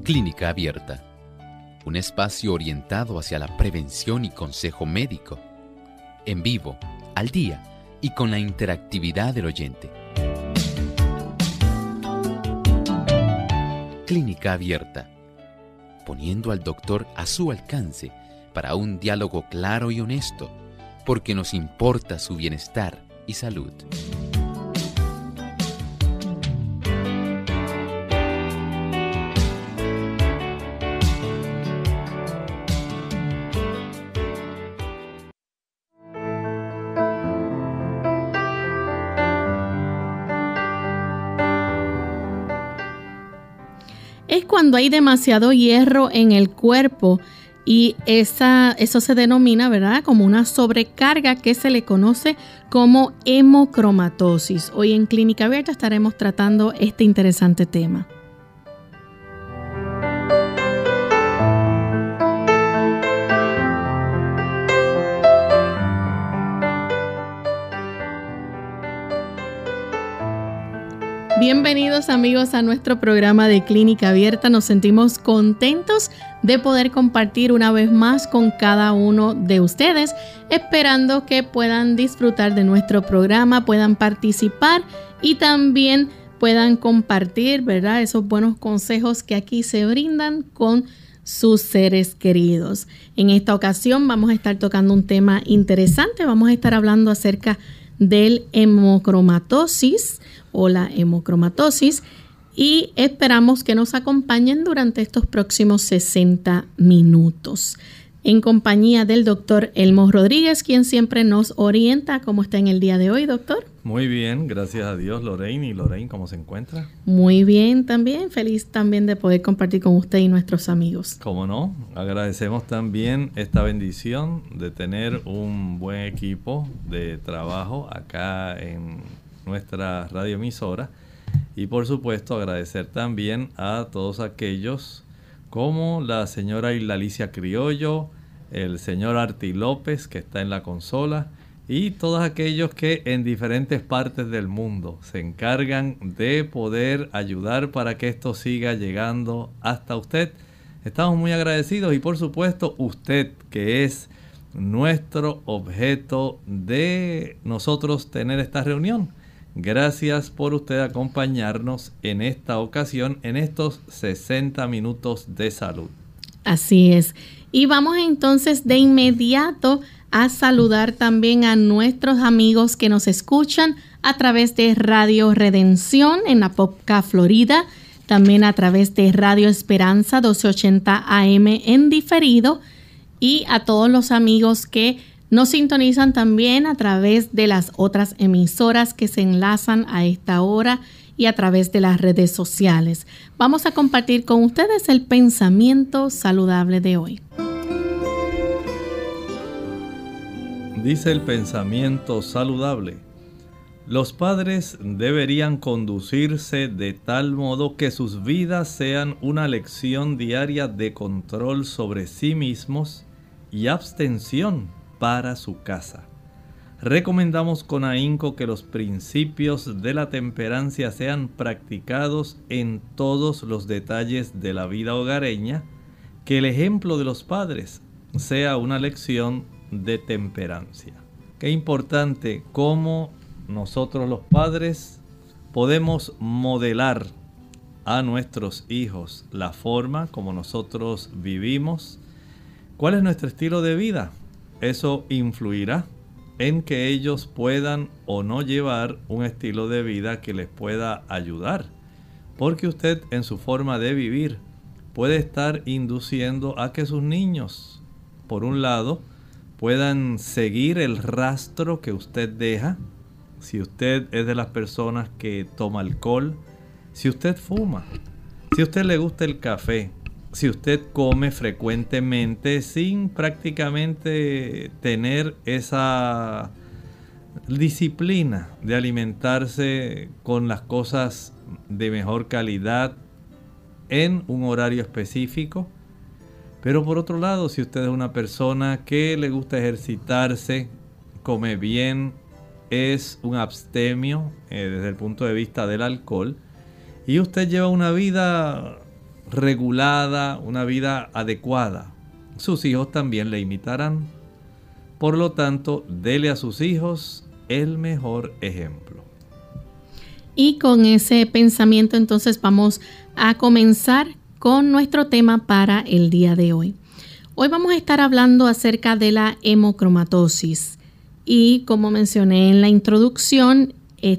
Clínica Abierta, un espacio orientado hacia la prevención y consejo médico, en vivo, al día y con la interactividad del oyente. Clínica Abierta, poniendo al doctor a su alcance para un diálogo claro y honesto, porque nos importa su bienestar y salud. Es cuando hay demasiado hierro en el cuerpo y eso se denomina, ¿verdad?, como una sobrecarga que se le conoce como hemocromatosis. Hoy en Clínica Abierta estaremos tratando este interesante tema. Bienvenidos amigos a nuestro programa de Clínica Abierta. Nos sentimos contentos de poder compartir una vez más con cada uno de ustedes, esperando que puedan disfrutar de nuestro programa, puedan participar y también puedan compartir, ¿verdad?, esos buenos consejos que aquí se brindan con sus seres queridos. En esta ocasión vamos a estar tocando un tema interesante. Vamos a estar hablando acerca del hemocromatosis o la hemocromatosis y esperamos que nos acompañen durante estos próximos 60 minutos en compañía del doctor Elmo Rodríguez, quien siempre nos orienta. ¿Cómo está en el día de hoy, doctor? Muy bien, gracias a Dios, Lorraine. ¿Y Lorraine cómo se encuentra? Muy bien también, feliz también de poder compartir con usted y nuestros amigos. Cómo no, agradecemos también esta bendición de tener un buen equipo de trabajo acá en nuestra radioemisora y por supuesto agradecer también a todos aquellos como la señora Alicia Criollo, el señor Arti López que está en la consola y todos aquellos que en diferentes partes del mundo se encargan de poder ayudar para que esto siga llegando hasta usted. Estamos muy agradecidos y por supuesto usted que es nuestro objeto de nosotros tener esta reunión. Gracias por usted acompañarnos en esta ocasión, en estos 60 minutos de salud. Así es. Y vamos entonces de inmediato a saludar también a nuestros amigos que nos escuchan a través de Radio Redención en Apopka, Florida, también a través de Radio Esperanza 1280 AM en diferido y a todos los amigos que nos sintonizan también a través de las otras emisoras que se enlazan a esta hora y a través de las redes sociales. Vamos a compartir con ustedes el pensamiento saludable de hoy. Dice el pensamiento saludable: los padres deberían conducirse de tal modo que sus vidas sean una lección diaria de control sobre sí mismos y abstención para su casa. Recomendamos con ahínco que los principios de la temperancia sean practicados en todos los detalles de la vida hogareña, que el ejemplo de los padres sea una lección de temperancia. Qué importante cómo nosotros los padres podemos modelar a nuestros hijos la forma como nosotros vivimos, cuál es nuestro estilo de vida. Eso influirá en que ellos puedan o no llevar un estilo de vida que les pueda ayudar. Porque usted en su forma de vivir puede estar induciendo a que sus niños, por un lado, puedan seguir el rastro que usted deja. Si usted es de las personas que toma alcohol, si usted fuma, si a usted le gusta el café, si usted come frecuentemente sin prácticamente tener esa disciplina de alimentarse con las cosas de mejor calidad en un horario específico. Pero por otro lado, si usted es una persona que le gusta ejercitarse, come bien, es un abstemio desde el punto de vista del alcohol, y usted lleva una vida regulada, una vida adecuada, sus hijos también le imitarán. Por lo tanto, dele a sus hijos el mejor ejemplo. Y con ese pensamiento entonces vamos a comenzar con nuestro tema para el día de hoy. Hoy vamos a estar hablando acerca de la hemocromatosis. Y como mencioné en la introducción,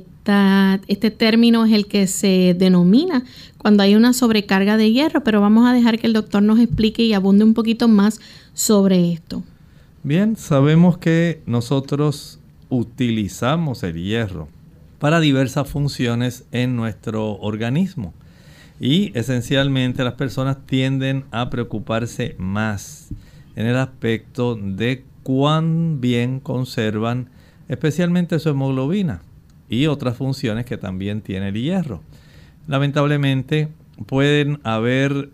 este término es el que se denomina cuando hay una sobrecarga de hierro, pero vamos a dejar que el doctor nos explique y abunde un poquito más sobre esto. Bien, sabemos que nosotros utilizamos el hierro para diversas funciones en nuestro organismo y esencialmente las personas tienden a preocuparse más en el aspecto de cuán bien conservan especialmente su hemoglobina y otras funciones que también tiene el hierro. Lamentablemente pueden haber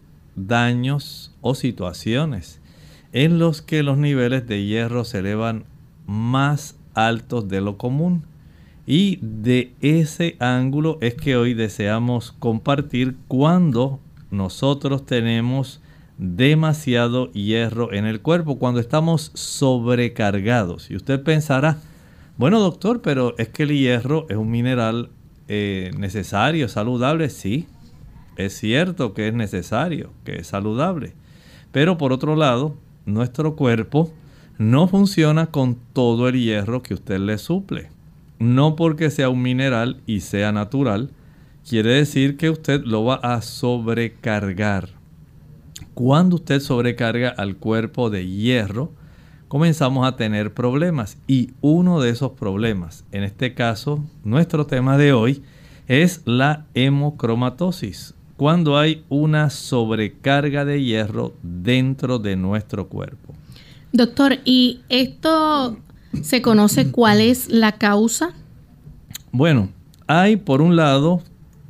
daños o situaciones en los que los niveles de hierro se elevan más altos de lo común. Y de ese ángulo es que hoy deseamos compartir cuando nosotros tenemos demasiado hierro en el cuerpo, cuando estamos sobrecargados. Y usted pensará, bueno doctor, pero es que el hierro es un mineral necesario, saludable. Sí, es cierto que es necesario, que es saludable. Pero por otro lado, nuestro cuerpo no funciona con todo el hierro que usted le suple. No porque sea un mineral y sea natural, quiere decir que usted lo va a sobrecargar. Cuando usted sobrecarga al cuerpo de hierro, comenzamos a tener problemas. Y uno de esos problemas, en este caso, nuestro tema de hoy, es la hemocromatosis. Cuando hay una sobrecarga de hierro dentro de nuestro cuerpo. Doctor, ¿y esto se conoce cuál es la causa? Bueno, hay por un lado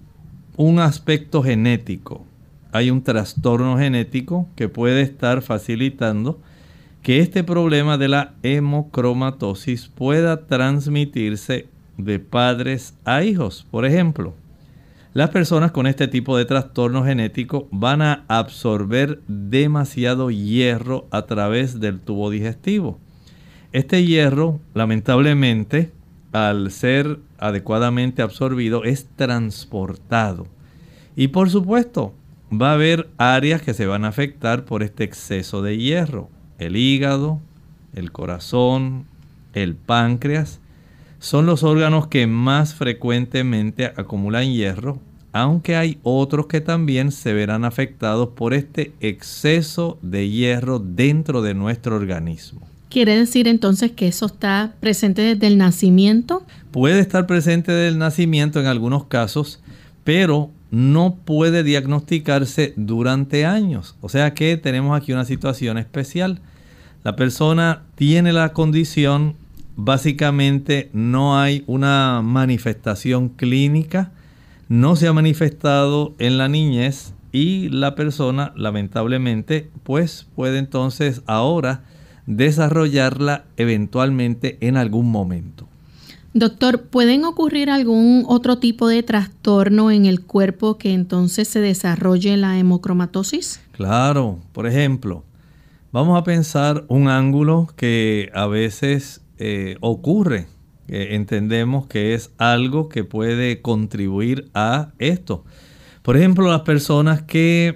un aspecto genético. Hay un trastorno genético que puede estar facilitando que este problema de la hemocromatosis pueda transmitirse de padres a hijos. Por ejemplo, las personas con este tipo de trastorno genético van a absorber demasiado hierro a través del tubo digestivo. Este hierro, lamentablemente, al ser adecuadamente absorbido, es transportado. Y por supuesto, va a haber áreas que se van a afectar por este exceso de hierro. El hígado, el corazón, el páncreas, son los órganos que más frecuentemente acumulan hierro, aunque hay otros que también se verán afectados por este exceso de hierro dentro de nuestro organismo. ¿Quiere decir entonces que eso está presente desde el nacimiento? Puede estar presente desde el nacimiento en algunos casos, pero no puede diagnosticarse durante años. O sea que tenemos aquí una situación especial. La persona tiene la condición, básicamente no hay una manifestación clínica, no se ha manifestado en la niñez y la persona lamentablemente pues puede entonces ahora desarrollarla eventualmente en algún momento. Doctor, ¿pueden ocurrir algún otro tipo de trastorno en el cuerpo que entonces se desarrolle la hemocromatosis? Claro, por ejemplo, vamos a pensar un ángulo que a veces ocurre. Entendemos que es algo que puede contribuir a esto. Por ejemplo, las personas que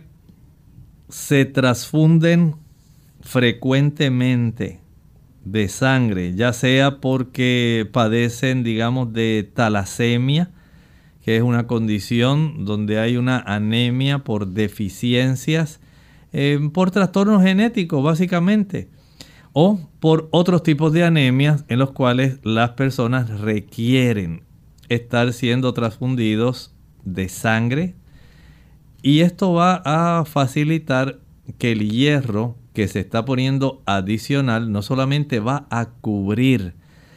se transfunden frecuentemente de sangre, ya sea porque padecen, digamos, de talasemia, que es una condición donde hay una anemia por deficiencias, por trastornos genéticos básicamente, o por otros tipos de anemias en los cuales las personas requieren estar siendo transfundidos de sangre, y esto va a facilitar que el hierro que se está poniendo adicional no solamente va a cubrir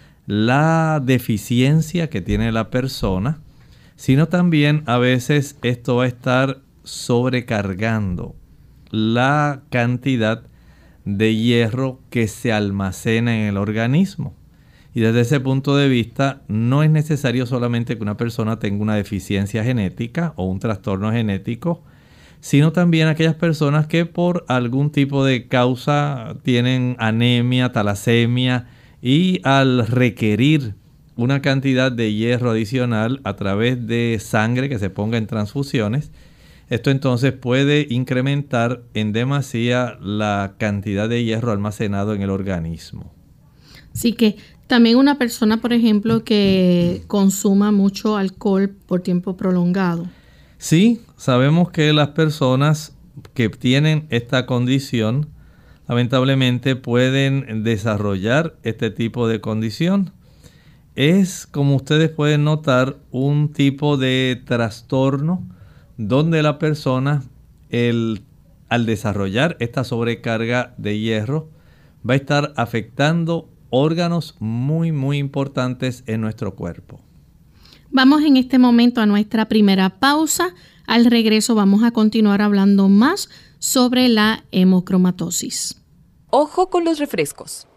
la deficiencia que tiene la persona, sino también a veces esto va a estar sobrecargando la cantidad de hierro que se almacena en el organismo. Y desde ese punto de vista no es necesario solamente que una persona tenga una deficiencia genética o un trastorno genético, sino también aquellas personas que por algún tipo de causa tienen anemia, talasemia, y al requerir una cantidad de hierro adicional a través de sangre que se ponga en transfusiones, esto entonces puede incrementar en demasía la cantidad de hierro almacenado en el organismo. Así que también una persona, por ejemplo, que consuma mucho alcohol por tiempo prolongado. Sí, sabemos que las personas que tienen esta condición lamentablemente pueden desarrollar este tipo de condición. Es, como ustedes pueden notar, un tipo de trastorno donde la persona, al desarrollar esta sobrecarga de hierro, va a estar afectando órganos muy, muy importantes en nuestro cuerpo. Vamos en este momento a nuestra primera pausa. Al regreso vamos a continuar hablando más sobre la hemocromatosis. Ojo con los refrescos.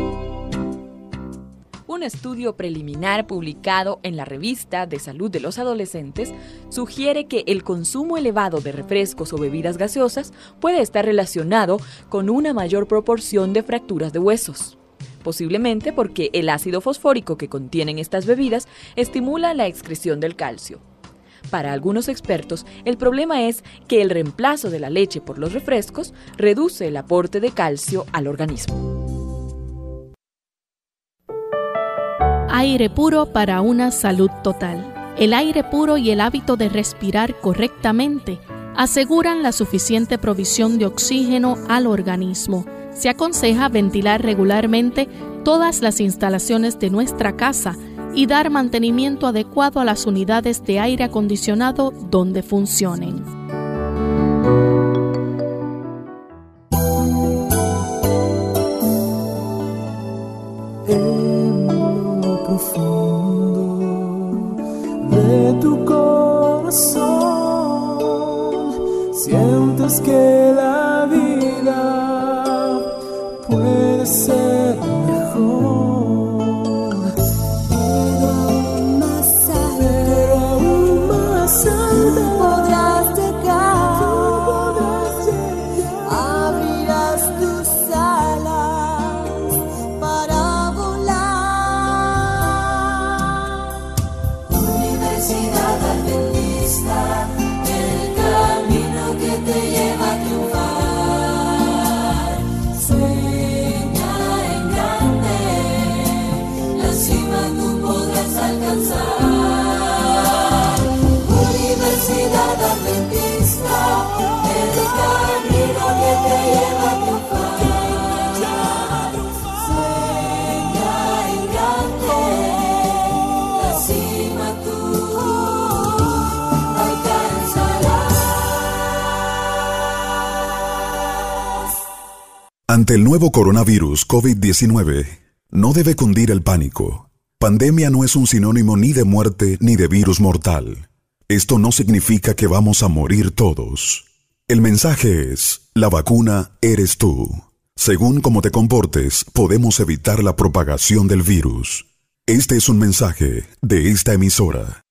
Un estudio preliminar publicado en la Revista de Salud de los Adolescentes sugiere que el consumo elevado de refrescos o bebidas gaseosas puede estar relacionado con una mayor proporción de fracturas de huesos. Posiblemente porque el ácido fosfórico que contienen estas bebidas estimula la excreción del calcio. Para algunos expertos, el problema es que el reemplazo de la leche por los refrescos reduce el aporte de calcio al organismo. Aire puro para una salud total. El aire puro y el hábito de respirar correctamente aseguran la suficiente provisión de oxígeno al organismo. Se aconseja ventilar regularmente todas las instalaciones de nuestra casa y dar mantenimiento adecuado a las unidades de aire acondicionado donde funcionen. En lo profundo de tu corazón sientes que la vida puede ser mejor. Ante el nuevo coronavirus COVID-19, no debe cundir el pánico. Pandemia no es un sinónimo ni de muerte ni de virus mortal. Esto no significa que vamos a morir todos. El mensaje es, la vacuna eres tú. Según cómo te comportes, podemos evitar la propagación del virus. Este es un mensaje de esta emisora.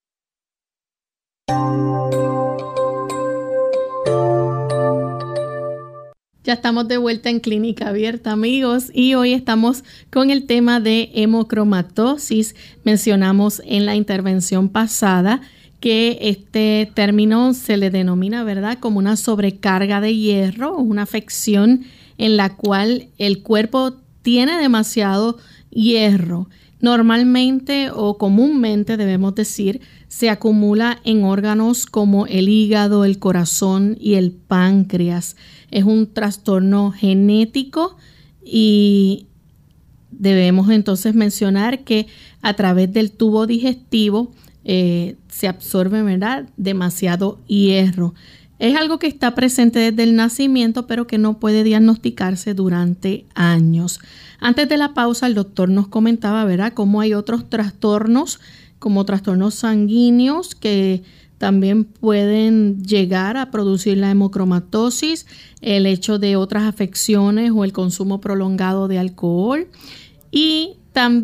Ya estamos de vuelta en Clínica Abierta, amigos, y hoy estamos con el tema de hemocromatosis. Mencionamos en la intervención pasada que este término se le denomina, ¿verdad?, como una sobrecarga de hierro, una afección en la cual el cuerpo tiene demasiado hierro. Normalmente o comúnmente, debemos decir, se acumula en órganos como el hígado, el corazón y el páncreas. Es un trastorno genético y debemos entonces mencionar que a través del tubo digestivo se absorbe, ¿verdad?, demasiado hierro. Es algo que está presente desde el nacimiento, pero que no puede diagnosticarse durante años. Antes de la pausa, el doctor nos comentaba, ¿verdad?, cómo hay otros trastornos, como trastornos sanguíneos, que también pueden llegar a producir la hemocromatosis, el hecho de otras afecciones o el consumo prolongado de alcohol. Y también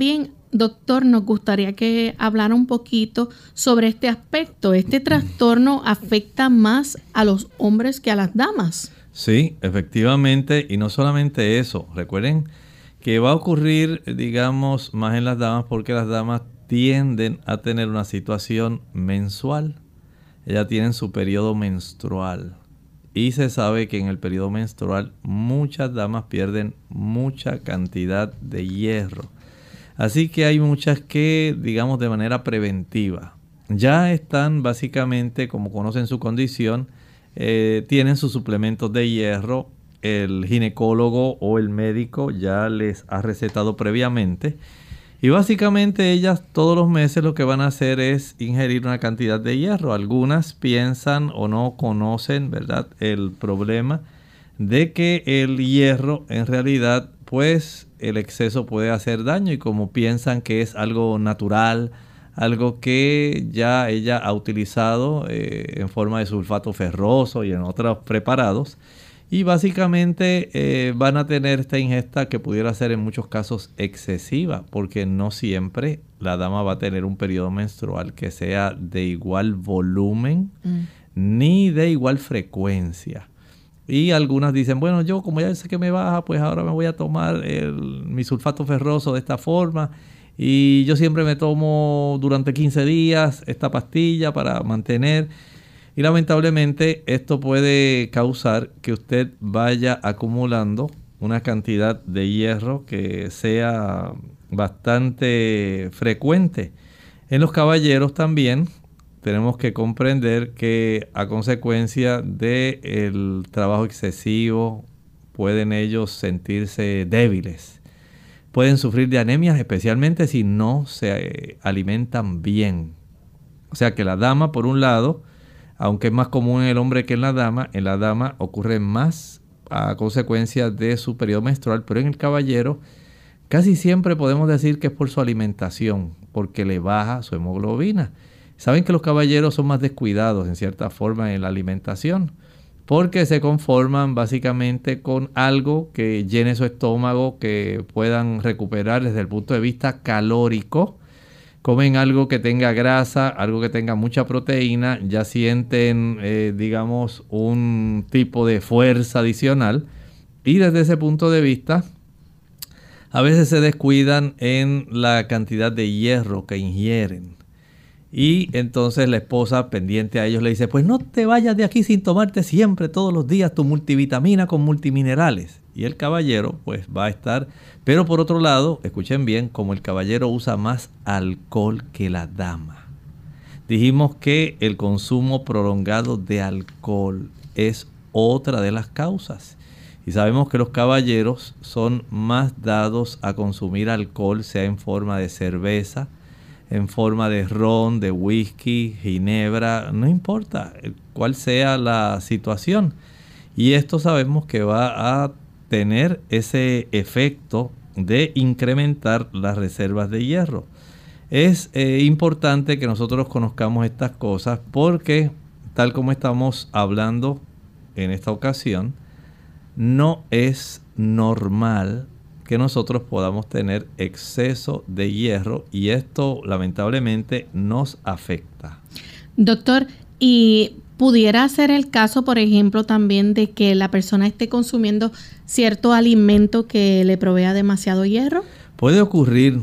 doctor, nos gustaría que hablara un poquito sobre este aspecto. ¿Este trastorno afecta más a los hombres que a las damas? Sí, efectivamente, y no solamente eso. Recuerden que va a ocurrir, digamos, más en las damas porque las damas tienden a tener una situación mensual. Ellas tienen su periodo menstrual. Y se sabe que en el periodo menstrual muchas damas pierden mucha cantidad de hierro. Así que hay muchas que, digamos, de manera preventiva, ya están básicamente, como conocen su condición, tienen sus suplementos de hierro. El ginecólogo o el médico ya les ha recetado previamente. Y básicamente ellas todos los meses lo que van a hacer es ingerir una cantidad de hierro. Algunas piensan o no conocen, ¿verdad?, el problema de que el hierro en realidad, pues el exceso puede hacer daño, y como piensan que es algo natural, algo que ya ella ha utilizado en forma de sulfato ferroso y en otros preparados, y básicamente van a tener esta ingesta que pudiera ser en muchos casos excesiva, porque no siempre la dama va a tener un periodo menstrual que sea de igual volumen ni de igual frecuencia. Y algunas dicen, bueno, yo como ya sé que me baja, pues ahora me voy a tomar mi sulfato ferroso de esta forma. Y yo siempre me tomo durante 15 días esta pastilla para mantener. Y lamentablemente esto puede causar que usted vaya acumulando una cantidad de hierro que sea bastante frecuente. En los caballeros también tenemos que comprender que a consecuencia del trabajo excesivo pueden ellos sentirse débiles. Pueden sufrir de anemias, especialmente si no se alimentan bien. O sea que la dama, por un lado, aunque es más común en el hombre que en la dama ocurre más a consecuencia de su periodo menstrual, pero en el caballero casi siempre podemos decir que es por su alimentación, porque le baja su hemoglobina. Saben que los caballeros son más descuidados en cierta forma en la alimentación, porque se conforman básicamente con algo que llene su estómago, que puedan recuperar desde el punto de vista calórico. Comen algo que tenga grasa, algo que tenga mucha proteína, ya sienten, digamos, un tipo de fuerza adicional. Y desde ese punto de vista, a veces se descuidan en la cantidad de hierro que ingieren. Y entonces la esposa, pendiente a ellos, le dice, pues no te vayas de aquí sin tomarte siempre, todos los días, tu multivitamina con multiminerales. Y el caballero pues va a estar, pero por otro lado, escuchen bien, como el caballero usa más alcohol que la dama. Dijimos que el consumo prolongado de alcohol es otra de las causas. Y sabemos que los caballeros son más dados a consumir alcohol, sea en forma de cerveza, en forma de ron, de whisky, ginebra, no importa cuál sea la situación. Y esto sabemos que va a tener ese efecto de incrementar las reservas de hierro. Es importante que nosotros conozcamos estas cosas porque, tal como estamos hablando en esta ocasión, no es normal que nosotros podamos tener exceso de hierro, y esto lamentablemente nos afecta. Doctor, ¿y pudiera ser el caso, por ejemplo, también de que la persona esté consumiendo cierto alimento que le provea demasiado hierro? Puede ocurrir.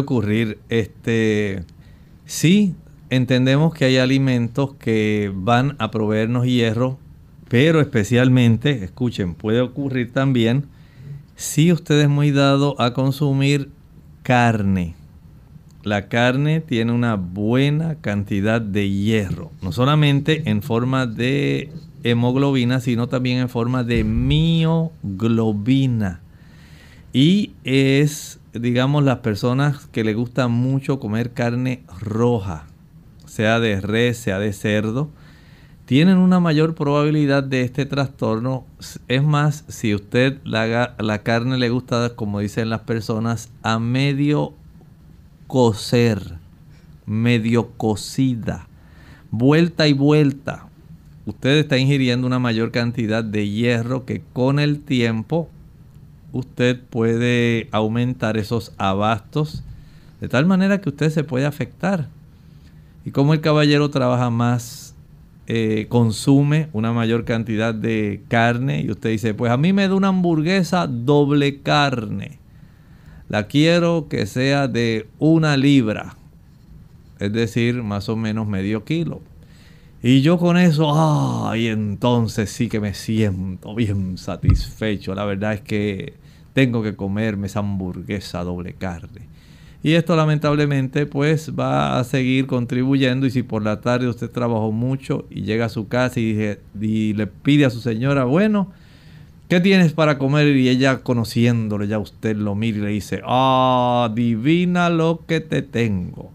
Sí, entendemos que hay alimentos que van a proveernos hierro, pero especialmente, escuchen, puede ocurrir también si usted es muy dado a consumir carne. La carne tiene una buena cantidad de hierro, no solamente en forma de hemoglobina, sino también en forma de mioglobina. Y es, digamos, las personas que les gusta mucho comer carne roja, sea de res, sea de cerdo, tienen una mayor probabilidad de este trastorno. Es más, si usted la carne le gusta, como dicen las personas, a medio cocer, medio cocida, vuelta y vuelta, usted está ingiriendo una mayor cantidad de hierro que con el tiempo usted puede aumentar esos abastos de tal manera que usted se puede afectar. Y como el caballero trabaja más, consume una mayor cantidad de carne, y usted dice, pues a mí me da una hamburguesa doble carne, la quiero que sea de 1 libra, es decir, más o menos medio kilo. Y yo con eso, y entonces sí que me siento bien satisfecho. La verdad es que tengo que comerme esa hamburguesa doble carne. Y esto lamentablemente pues va a seguir contribuyendo. Y si por la tarde usted trabajó mucho y llega a su casa y le pide a su señora, bueno, ¿qué tienes para comer? Y ella, conociéndole, ya usted lo mira y le dice, adivina lo que te tengo.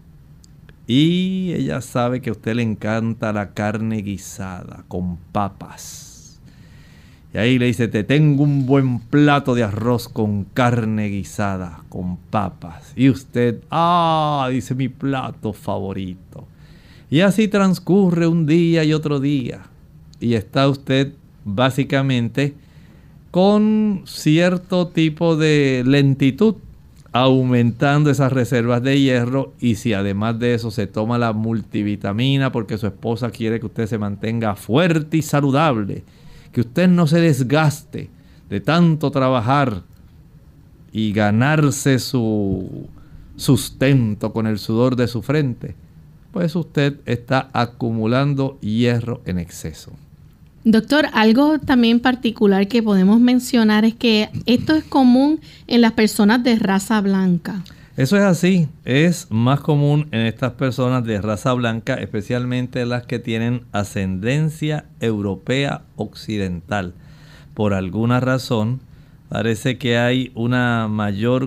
Y ella sabe que a usted le encanta la carne guisada con papas. Y ahí le dice, te tengo un buen plato de arroz con carne guisada con papas. Y usted, dice, mi plato favorito. Y así transcurre un día y otro día. Y está usted básicamente con cierto tipo de lentitud, aumentando esas reservas de hierro. Y si además de eso se toma la multivitamina porque su esposa quiere que usted se mantenga fuerte y saludable, que usted no se desgaste de tanto trabajar y ganarse su sustento con el sudor de su frente, pues usted está acumulando hierro en exceso. Doctor, algo también particular que podemos mencionar es que esto es común en las personas de raza blanca. Eso es así, es más común en estas personas de raza blanca, especialmente las que tienen ascendencia europea occidental. Por alguna razón, parece que hay una mayor,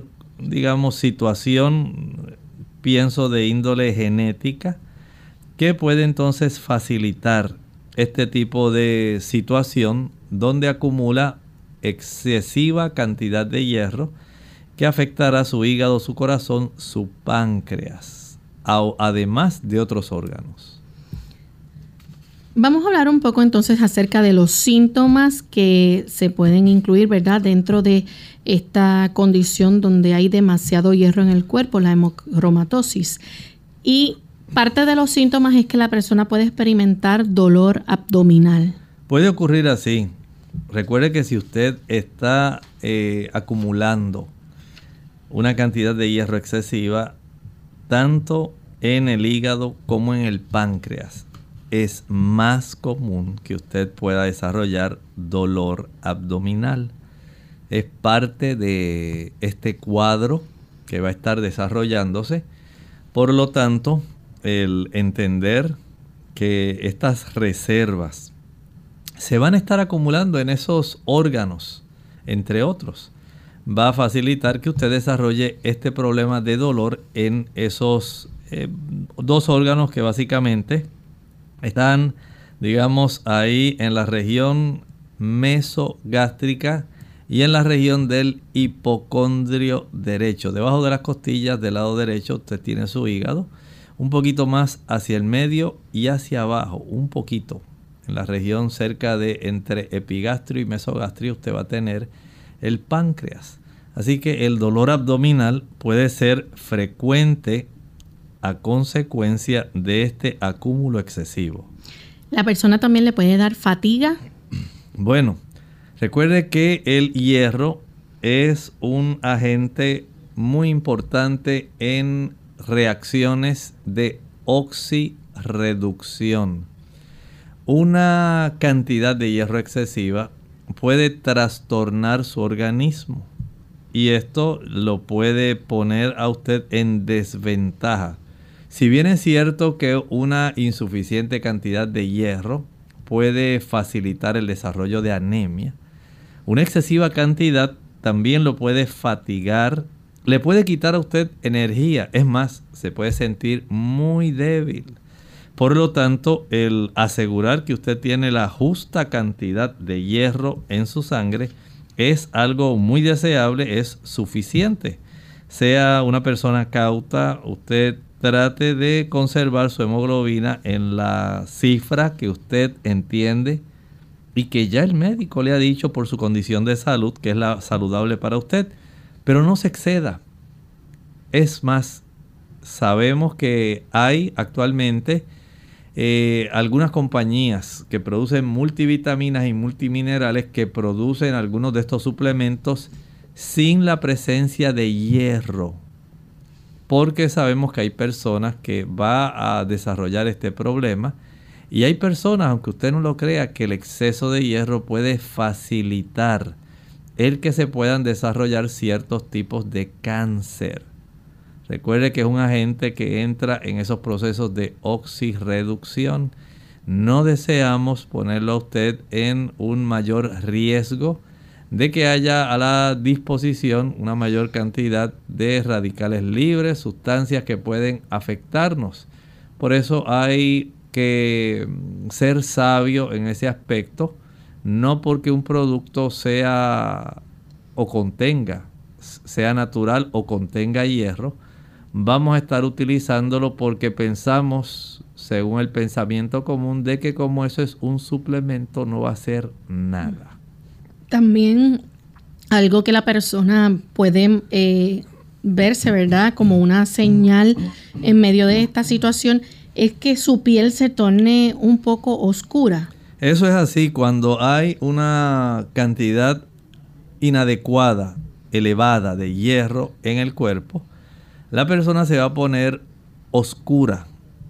situación, pienso, de índole genética, que puede entonces facilitar este tipo de situación donde acumula excesiva cantidad de hierro que afectará su hígado, su corazón, su páncreas, además de otros órganos. Vamos a hablar un poco entonces acerca de los síntomas que se pueden incluir, ¿verdad?, dentro de esta condición donde hay demasiado hierro en el cuerpo, la hemocromatosis. Y parte de los síntomas es que la persona puede experimentar dolor abdominal. Puede ocurrir así. Recuerde que si usted está acumulando una cantidad de hierro excesiva, tanto en el hígado como en el páncreas, es más común que usted pueda desarrollar dolor abdominal. Es parte de este cuadro que va a estar desarrollándose. Por lo tanto, el entender que estas reservas se van a estar acumulando en esos órganos, entre otros, va a facilitar que usted desarrolle este problema de dolor en esos dos órganos que básicamente están, ahí en la región mesogástrica y en la región del hipocondrio derecho. Debajo de las costillas del lado derecho usted tiene su hígado, un poquito más hacia el medio y hacia abajo, un poquito. En la región cerca de entre epigastrio y mesogastrio usted va a tener el páncreas. Así que el dolor abdominal puede ser frecuente a consecuencia de este acúmulo excesivo. ¿La persona también le puede dar fatiga? Bueno, recuerde que el hierro es un agente muy importante en reacciones de oxirreducción. Una cantidad de hierro excesiva puede trastornar su organismo y esto lo puede poner a usted en desventaja. Si bien es cierto que una insuficiente cantidad de hierro puede facilitar el desarrollo de anemia, una excesiva cantidad también lo puede fatigar, le puede quitar a usted energía. Es más, se puede sentir muy débil. Por lo tanto, el asegurar que usted tiene la justa cantidad de hierro en su sangre es algo muy deseable, es suficiente. Sea una persona cauta, usted trate de conservar su hemoglobina en la cifra que usted entiende y que ya el médico le ha dicho por su condición de salud que es la saludable para usted. Pero no se exceda. Es más, sabemos que hay actualmente algunas compañías que producen multivitaminas y multiminerales que producen algunos de estos suplementos sin la presencia de hierro, porque sabemos que hay personas que va a desarrollar este problema y hay personas, aunque usted no lo crea, que el exceso de hierro puede facilitar el que se puedan desarrollar ciertos tipos de cáncer. Recuerde que es un agente que entra en esos procesos de oxirreducción. No deseamos ponerlo a usted en un mayor riesgo de que haya a la disposición una mayor cantidad de radicales libres, sustancias que pueden afectarnos. Por eso hay que ser sabio en ese aspecto, no porque un producto sea o contenga, sea natural o contenga hierro, vamos a estar utilizándolo porque pensamos, según el pensamiento común, de que como eso es un suplemento no va a hacer nada. También algo que la persona puede verse, ¿verdad?, como una señal en medio de esta situación, es que su piel se torne un poco oscura. Eso es así, cuando hay una cantidad inadecuada, elevada de hierro en el cuerpo, la persona se va a poner oscura.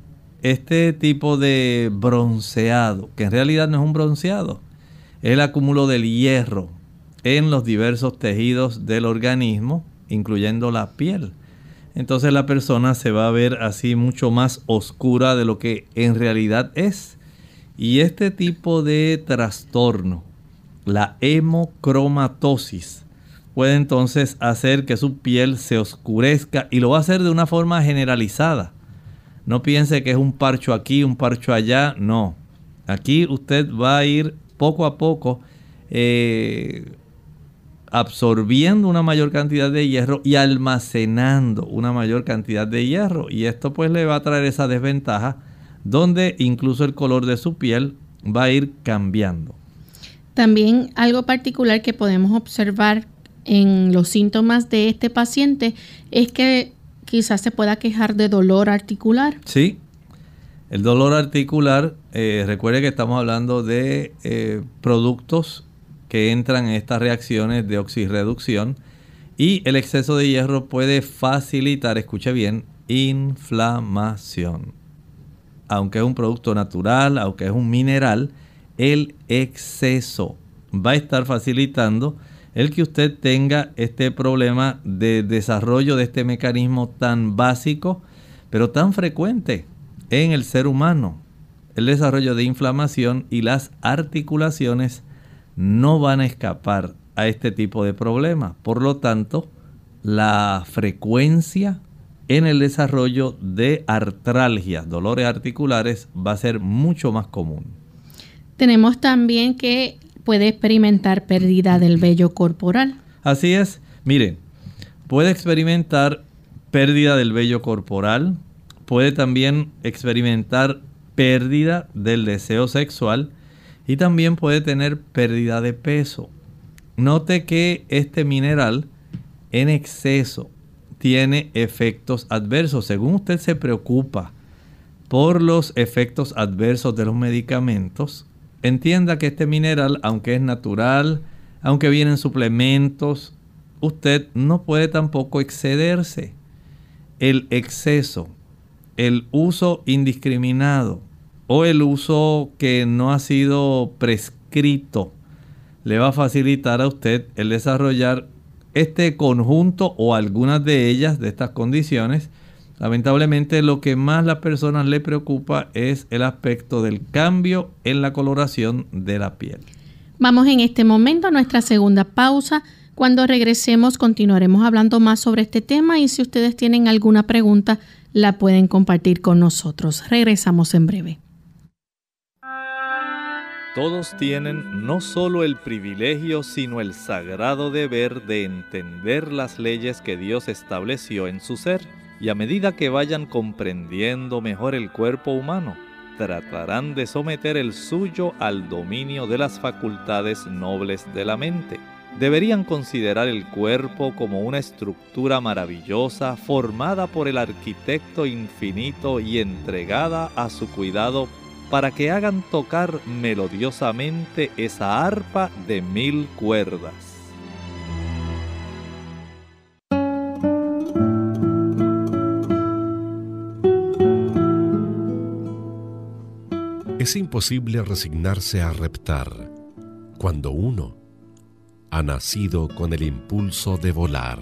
Este tipo de bronceado, que en realidad no es un bronceado, es el acúmulo del hierro en los diversos tejidos del organismo, incluyendo la piel. Entonces la persona se va a ver así mucho más oscura de lo que en realidad es. Y este tipo de trastorno, la hemocromatosis, puede entonces hacer que su piel se oscurezca y lo va a hacer de una forma generalizada. No piense que es un parcho aquí, un parcho allá, no. Aquí usted va a ir poco a poco absorbiendo una mayor cantidad de hierro y almacenando una mayor cantidad de hierro. Y esto pues le va a traer esa desventaja donde incluso el color de su piel va a ir cambiando. También algo particular que podemos observar en los síntomas de este paciente es que quizás se pueda quejar de dolor articular. Sí, el dolor articular, recuerde que estamos hablando de productos que entran en estas reacciones de oxirreducción y el exceso de hierro puede facilitar, escuche bien, inflamación. Aunque es un producto natural, aunque es un mineral, el exceso va a estar facilitando el que usted tenga este problema de desarrollo de este mecanismo tan básico, pero tan frecuente en el ser humano. El desarrollo de inflamación y las articulaciones no van a escapar a este tipo de problemas. Por lo tanto, la frecuencia en el desarrollo de artralgias, dolores articulares, va a ser mucho más común. Tenemos también que puede experimentar pérdida del vello corporal. Así es. Miren, puede experimentar pérdida del vello corporal, puede también experimentar pérdida del deseo sexual y también puede tener pérdida de peso. Note que este mineral en exceso tiene efectos adversos. Según usted se preocupa por los efectos adversos de los medicamentos, entienda que este mineral, aunque es natural, aunque vienen suplementos, usted no puede tampoco excederse. El exceso, el uso indiscriminado o el uso que no ha sido prescrito le va a facilitar a usted el desarrollar este conjunto o algunas de ellas, de estas condiciones. Lamentablemente lo que más a las personas le preocupa es el aspecto del cambio en la coloración de la piel. Vamos en este momento a nuestra segunda pausa. Cuando regresemos continuaremos hablando más sobre este tema y si ustedes tienen alguna pregunta la pueden compartir con nosotros. Regresamos en breve. Todos tienen no solo el privilegio, sino el sagrado deber de entender las leyes que Dios estableció en su ser. Y a medida que vayan comprendiendo mejor el cuerpo humano, tratarán de someter el suyo al dominio de las facultades nobles de la mente. deberían considerar el cuerpo como una estructura maravillosa formada por el arquitecto infinito y entregada a su cuidado para que hagan tocar melodiosamente esa arpa de 1000 cuerdas. Es imposible resignarse a reptar cuando uno ha nacido con el impulso de volar.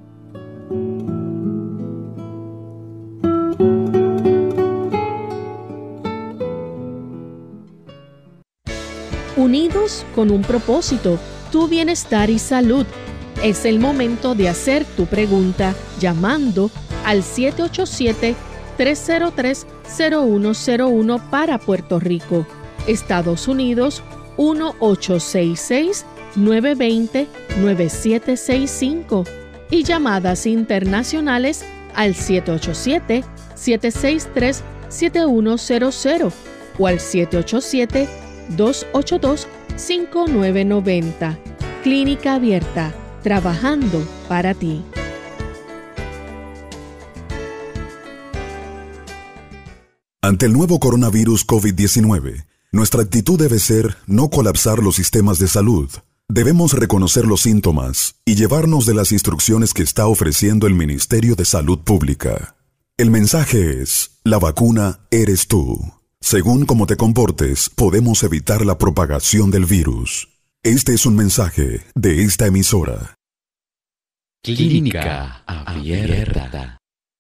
Unidos con un propósito, tu bienestar y salud. Es el momento de hacer tu pregunta llamando al 787-303-0101 para Puerto Rico, Estados Unidos 1866-920-9765 y llamadas internacionales al 787-763-7100 o al 787-282-5990. Clínica Abierta, trabajando para ti. Ante el nuevo coronavirus COVID-19, nuestra actitud debe ser no colapsar los sistemas de salud. Debemos reconocer los síntomas y llevarnos de las instrucciones que está ofreciendo el Ministerio de Salud Pública. El mensaje es: la vacuna eres tú. Según cómo te comportes, podemos evitar la propagación del virus. Este es un mensaje de esta emisora. Clínica Abierta.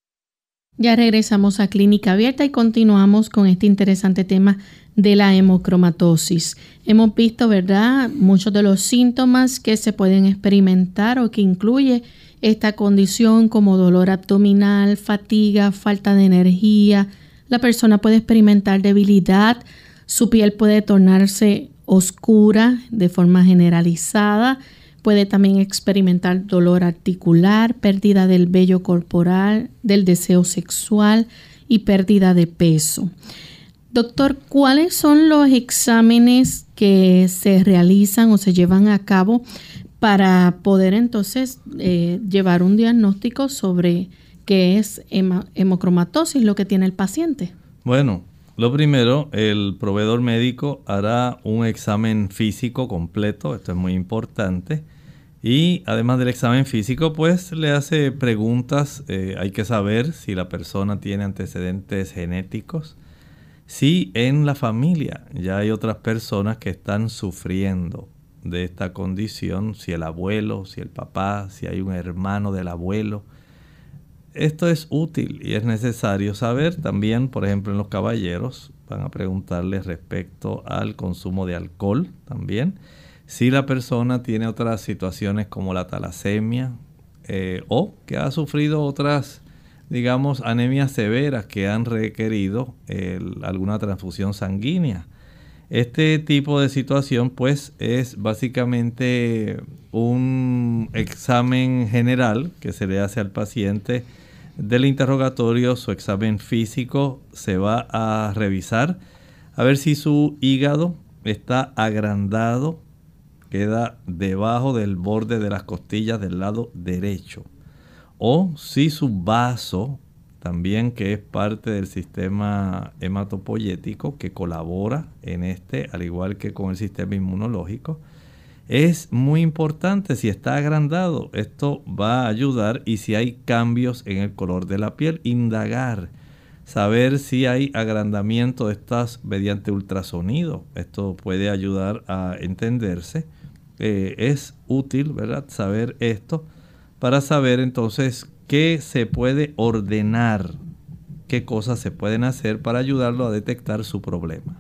Ya regresamos a Clínica Abierta y continuamos con este interesante tema de la hemocromatosis. Hemos visto, ¿verdad?, muchos de los síntomas que se pueden experimentar o que incluye esta condición, como dolor abdominal, fatiga, falta de energía. La persona puede experimentar debilidad, su piel puede tornarse oscura de forma generalizada, puede también experimentar dolor articular, pérdida del vello corporal, del deseo sexual y pérdida de peso. Doctor, ¿cuáles son los exámenes que se realizan o se llevan a cabo para poder entonces llevar un diagnóstico sobre qué es hemocromatosis, lo que tiene el paciente? Bueno, lo primero, el proveedor médico hará un examen físico completo, esto es muy importante. Y además del examen físico, pues le hace preguntas. Hay que saber si la persona tiene antecedentes genéticos. Si en la familia ya hay otras personas que están sufriendo de esta condición, si el abuelo, si el papá, si hay un hermano del abuelo. Esto es útil y es necesario saber. También, por ejemplo, en los caballeros van a preguntarles respecto al consumo de alcohol también. Si la persona tiene otras situaciones como la talasemia o que ha sufrido otras, digamos, anemias severas que han requerido alguna transfusión sanguínea. Este tipo de situación pues es básicamente un examen general que se le hace al paciente. Del interrogatorio, su examen físico se va a revisar a ver si su hígado está agrandado, queda debajo del borde de las costillas del lado derecho, o si su vaso también, que es parte del sistema hematopoyético que colabora en al igual que con el sistema inmunológico, es muy importante. Si está agrandado, esto va a ayudar. Y si hay cambios en el color de la piel, indagar, saber si hay agrandamiento de estas mediante ultrasonido. Esto puede ayudar a entenderse. Es útil, ¿verdad?, saber esto para saber entonces qué se puede ordenar, qué cosas se pueden hacer para ayudarlo a detectar su problema.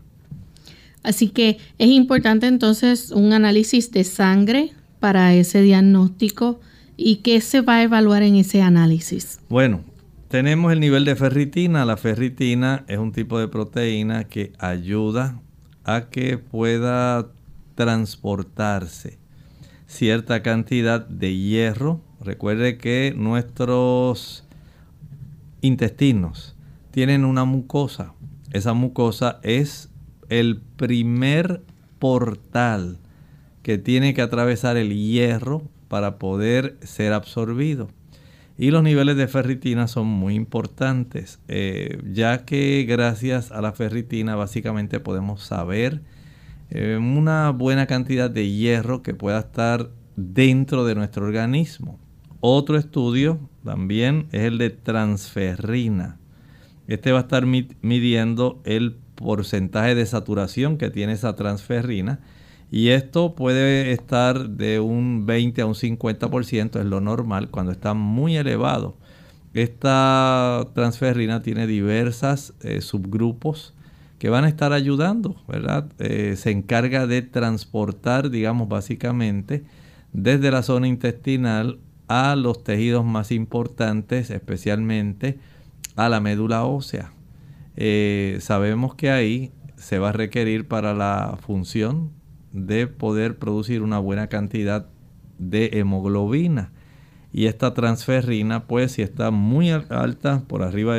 Así que es importante entonces un análisis de sangre para ese diagnóstico. ¿Y qué se va a evaluar en ese análisis? Bueno, tenemos el nivel de ferritina. La ferritina es un tipo de proteína que ayuda a que pueda transportarse cierta cantidad de hierro. Recuerde que nuestros intestinos tienen una mucosa. Esa mucosa es el primer portal que tiene que atravesar el hierro para poder ser absorbido. Y los niveles de ferritina son muy importantes, ya que gracias a la ferritina básicamente podemos saber una buena cantidad de hierro que pueda estar dentro de nuestro organismo. Otro estudio también es el de transferrina. Este va a estar midiendo el porcentaje de saturación que tiene esa transferrina. Y esto puede estar de un 20 a un 50%, es lo normal, cuando está muy elevado. Esta transferrina tiene diversas subgrupos que van a estar ayudando, ¿verdad? Se encarga de transportar, digamos, básicamente, desde la zona intestinal a los tejidos más importantes, especialmente a la médula ósea. Sabemos que ahí se va a requerir para la función de poder producir una buena cantidad de hemoglobina. Y esta transferrina, pues si está muy alta, por arriba de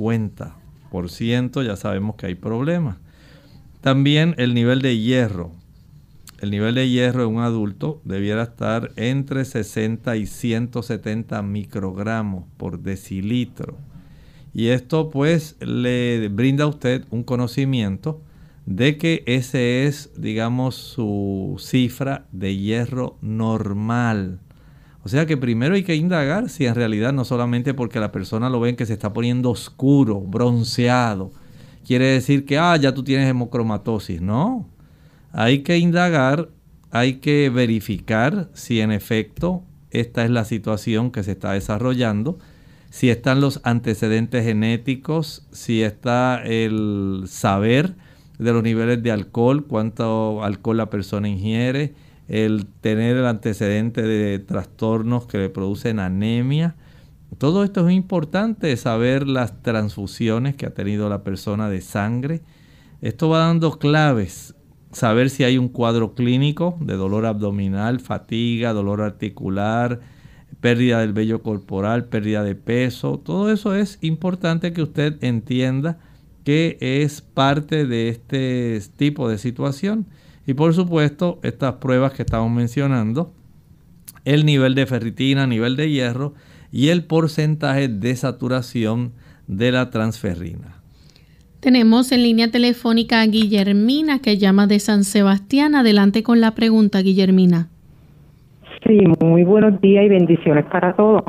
50%, ya sabemos que hay problemas. También el nivel de hierro. El nivel de hierro en un adulto debiera estar entre 60 y 170 microgramos por decilitro. Y esto pues le brinda a usted un conocimiento de que ese es, digamos, su cifra de hierro normal. O sea que primero hay que indagar si en realidad no solamente porque la persona lo ven que se está poniendo oscuro, bronceado, quiere decir que ya tú tienes hemocromatosis. No, hay que indagar, hay que verificar si en efecto esta es la situación que se está desarrollando, si están los antecedentes genéticos, si está el saber de los niveles de alcohol, cuánto alcohol la persona ingiere, el tener el antecedente de trastornos que le producen anemia. Todo esto es importante, saber las transfusiones que ha tenido la persona de sangre. Esto va dando claves, saber si hay un cuadro clínico de dolor abdominal, fatiga, dolor articular, pérdida del vello corporal, pérdida de peso. Todo eso es importante que usted entienda que es parte de este tipo de situación. Y por supuesto, estas pruebas que estamos mencionando, el nivel de ferritina, nivel de hierro y el porcentaje de saturación de la transferrina. Tenemos en línea telefónica a Guillermina, que llama de San Sebastián. Adelante con la pregunta, Guillermina. Sí, muy buenos días y bendiciones para todos.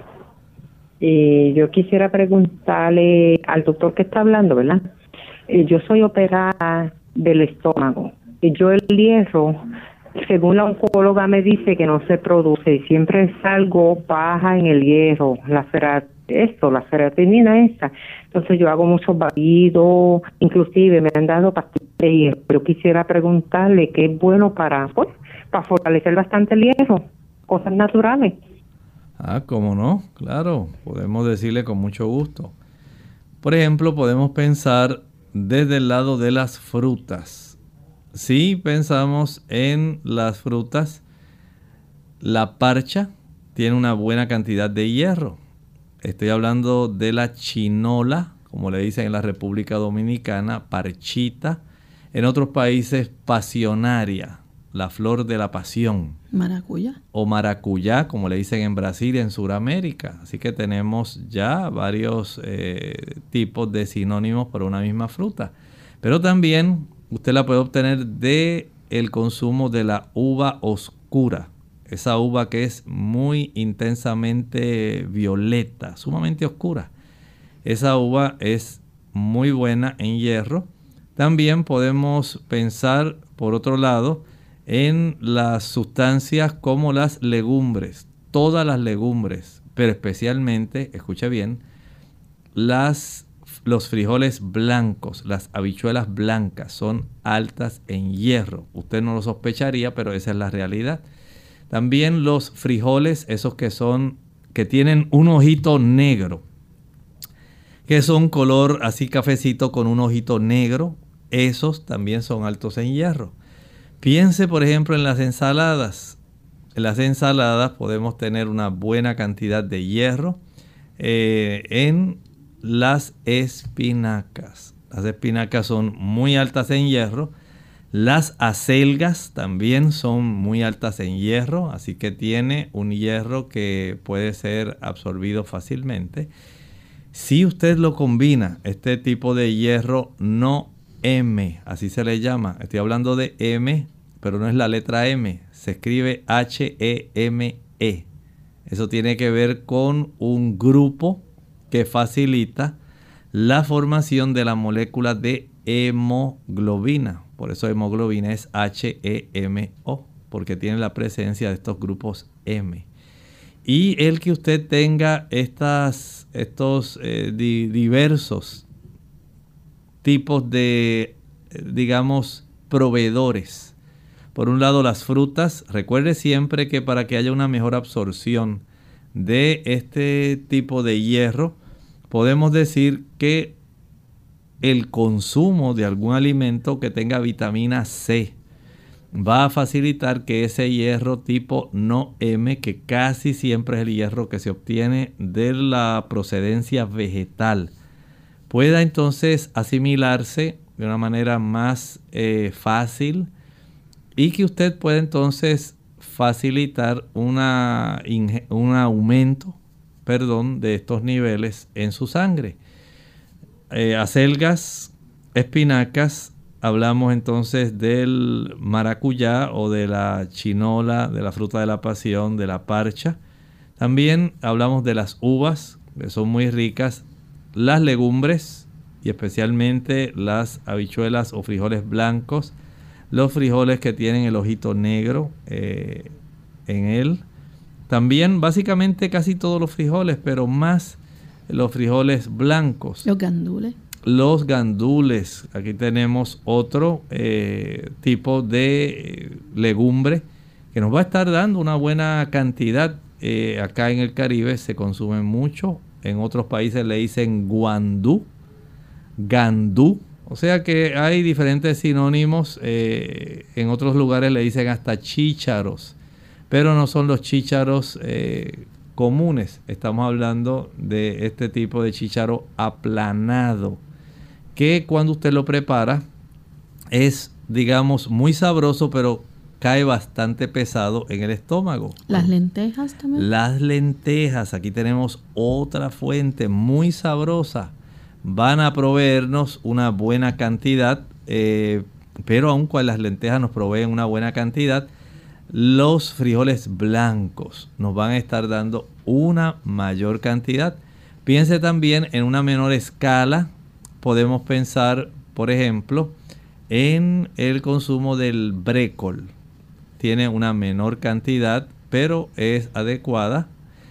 Yo quisiera preguntarle al doctor que está hablando, ¿verdad? Yo soy operada del estómago. Yo el hierro, según la oncóloga me dice que no se produce y siempre salgo baja en el hierro, la ferritina esta. Entonces yo hago muchos batidos, inclusive me han dado pastillas de hierro. Pero quisiera preguntarle qué es bueno para fortalecer bastante el hierro, cosas naturales. ¿Cómo no? Claro, podemos decirle con mucho gusto. Por ejemplo, podemos pensar desde el lado de las frutas. Si pensamos en las frutas, la parcha tiene una buena cantidad de hierro. Estoy hablando de la chinola, como le dicen en la República Dominicana, parchita. En otros países, pasionaria, la flor de la pasión. Maracuyá. O maracuyá, como le dicen en Brasil y en Sudamérica. Así que tenemos ya varios tipos de sinónimos para una misma fruta. Pero también usted la puede obtener del consumo de la uva oscura. Esa uva que es muy intensamente violeta, sumamente oscura. Esa uva es muy buena en hierro. También podemos pensar, por otro lado, en las sustancias como las legumbres, todas las legumbres, pero especialmente, escuche bien, los frijoles blancos, las habichuelas blancas son altas en hierro. Usted no lo sospecharía, pero esa es la realidad. También los frijoles, esos que tienen un ojito negro, que son color así cafecito con un ojito negro, esos también son altos en hierro. Piense, por ejemplo, en las ensaladas. En las ensaladas podemos tener una buena cantidad de hierro. En las espinacas. Las espinacas son muy altas en hierro. Las acelgas también son muy altas en hierro, así que tiene un hierro que puede ser absorbido fácilmente. Si usted lo combina, este tipo de hierro no M, así se le llama. Estoy hablando de M, pero no es la letra M, se escribe H-E-M-E. Eso tiene que ver con un grupo que facilita la formación de la molécula de hemoglobina. Por eso hemoglobina es H-E-M-O, porque tiene la presencia de estos grupos M. Y el que usted tenga estos diversos tipos de, digamos, proveedores. Por un lado, las frutas. Recuerde siempre que para que haya una mejor absorción de este tipo de hierro, podemos decir que el consumo de algún alimento que tenga vitamina C va a facilitar que ese hierro tipo no M, que casi siempre es el hierro que se obtiene de la procedencia vegetal, pueda entonces asimilarse de una manera más fácil y que usted pueda entonces facilitar un aumento, de estos niveles en su sangre. Acelgas, espinacas, hablamos entonces del maracuyá o de la chinola, de la fruta de la pasión, de la parcha. También hablamos de las uvas, que son muy ricas, las legumbres y especialmente las habichuelas o frijoles blancos, los frijoles que tienen el ojito negro en él. También básicamente casi todos los frijoles, pero más los frijoles blancos. Los gandules. Los gandules. Aquí tenemos otro tipo de legumbre que nos va a estar dando una buena cantidad. Acá en el Caribe se consume mucho. En otros países le dicen guandú, gandú. O sea que hay diferentes sinónimos. En otros lugares le dicen hasta chícharos. Pero no son los chícharos comunes. Estamos hablando de este tipo de chícharo aplanado, que cuando usted lo prepara es, digamos, muy sabroso, pero cae bastante pesado en el estómago. ¿Las lentejas también? Las lentejas, aquí tenemos otra fuente muy sabrosa. Van a proveernos una buena cantidad, pero aun cuando las lentejas nos proveen una buena cantidad, los frijoles blancos nos van a estar dando una mayor cantidad. Piense también en una menor escala. Podemos pensar, por ejemplo, en el consumo del brécol. Tiene una menor cantidad, pero es adecuada.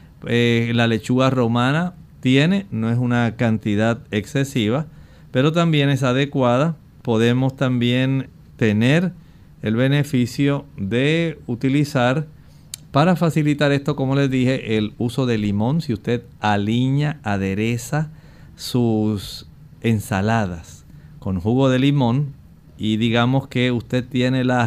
La lechuga romana no es una cantidad excesiva, pero también es adecuada. Podemos también tener el beneficio de utilizar, para facilitar esto, como les dije, el uso de limón. Si usted aliña, adereza sus ensaladas con jugo de limón, y digamos que usted tiene la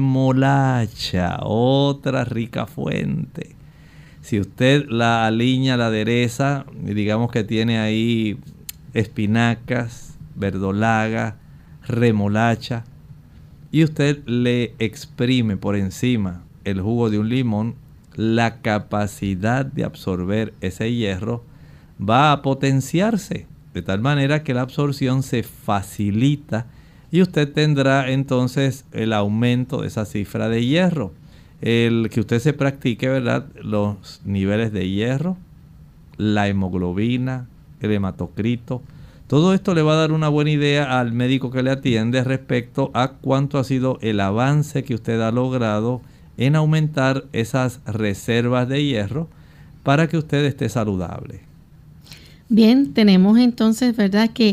remolacha, otra rica fuente. Si usted la aliña, la adereza, y digamos que tiene ahí espinacas, verdolaga, remolacha, y usted le exprime por encima el jugo de un limón, la capacidad de absorber ese hierro va a potenciarse, de tal manera que la absorción se facilita y usted tendrá entonces el aumento de esa cifra de hierro. El que usted se practique, ¿verdad?, los niveles de hierro, la hemoglobina, el hematocrito. Todo esto le va a dar una buena idea al médico que le atiende respecto a cuánto ha sido el avance que usted ha logrado en aumentar esas reservas de hierro para que usted esté saludable. Bien, tenemos entonces, ¿verdad?, que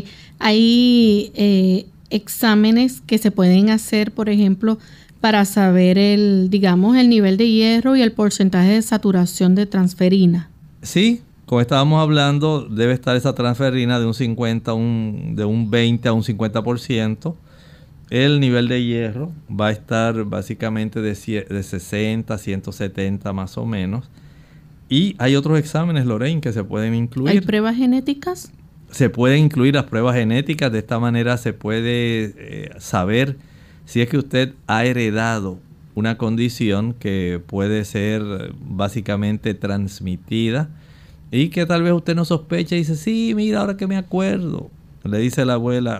hay exámenes que se pueden hacer, por ejemplo, para saber el nivel de hierro y el porcentaje de saturación de transferina. Sí. Como estábamos hablando, debe estar esa transferina de de un 20 a un 50%. El nivel de hierro va a estar básicamente de 60 a 170 más o menos. Y hay otros exámenes, Lorraine, que se pueden incluir. ¿Hay pruebas genéticas? Se pueden incluir las pruebas genéticas. De esta manera se puede saber Si es que usted ha heredado una condición que puede ser básicamente transmitida y que tal vez usted no sospecha y dice, sí, mira, ahora que me acuerdo, le dice la abuela,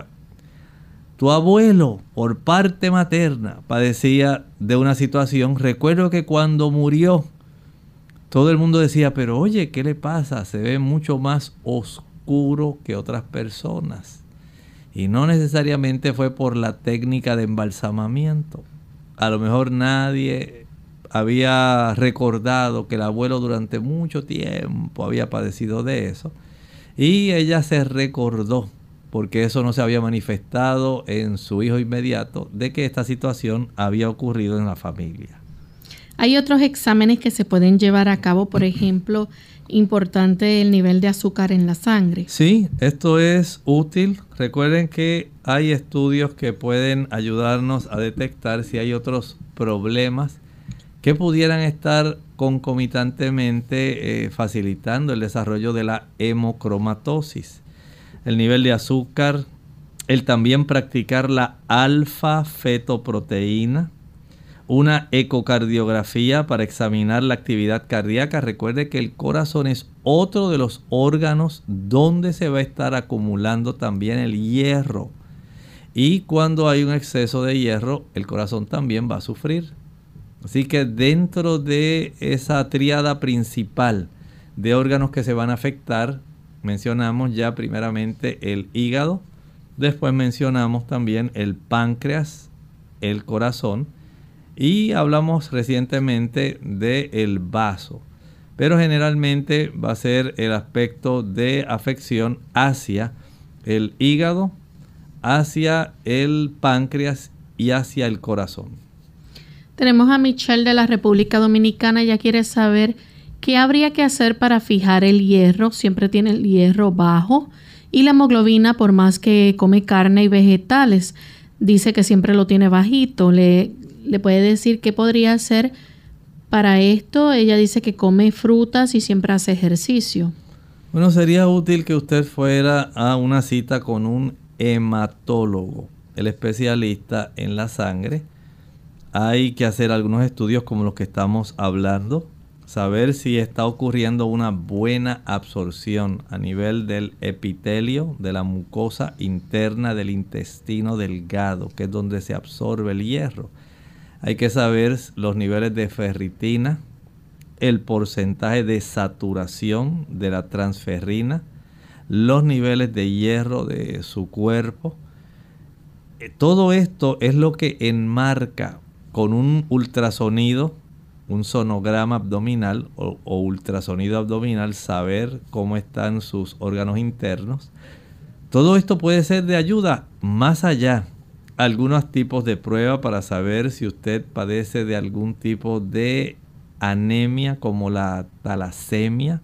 tu abuelo por parte materna padecía de una situación, recuerdo que cuando murió, todo el mundo decía, pero oye, ¿qué le pasa? Se ve mucho más oscuro que otras personas. Y no necesariamente fue por la técnica de embalsamamiento. A lo mejor nadie había recordado que el abuelo durante mucho tiempo había padecido de eso. Y ella se recordó, porque eso no se había manifestado en su hijo inmediato, de que esta situación había ocurrido en la familia. Hay otros exámenes que se pueden llevar a cabo, por ejemplo, importante el nivel de azúcar en la sangre. Sí, esto es útil. Recuerden que hay estudios que pueden ayudarnos a detectar si hay otros problemas que pudieran estar concomitantemente facilitando el desarrollo de la hemocromatosis. El nivel de azúcar, el también practicar la alfa-fetoproteína, una ecocardiografía para examinar la actividad cardíaca. Recuerde que el corazón es otro de los órganos donde se va a estar acumulando también el hierro. Y cuando hay un exceso de hierro, el corazón también va a sufrir. Así que dentro de esa tríada principal de órganos que se van a afectar, mencionamos ya primeramente el hígado, después mencionamos también el páncreas, el corazón, y hablamos recientemente del vaso. Pero generalmente va a ser el aspecto de afección hacia el hígado, hacia el páncreas y hacia el corazón. Tenemos a Michelle de la República Dominicana. Ella quiere saber qué habría que hacer para fijar el hierro. Siempre tiene el hierro bajo. Y la hemoglobina, por más que come carne y vegetales, dice que siempre lo tiene bajito. ¿Le puede decir qué podría hacer para esto? Ella dice que come frutas y siempre hace ejercicio. Bueno, sería útil que usted fuera a una cita con un hematólogo, el especialista en la sangre. Hay que hacer algunos estudios como los que estamos hablando, saber si está ocurriendo una buena absorción a nivel del epitelio, de la mucosa interna del intestino delgado, que es donde se absorbe el hierro. Hay que saber los niveles de ferritina, el porcentaje de saturación de la transferrina, los niveles de hierro de su cuerpo. Todo esto es lo que enmarca con un ultrasonido, un sonograma abdominal o ultrasonido abdominal, saber cómo están sus órganos internos. Todo esto puede ser de ayuda más allá. Algunos tipos de prueba para saber si usted padece de algún tipo de anemia como la talasemia,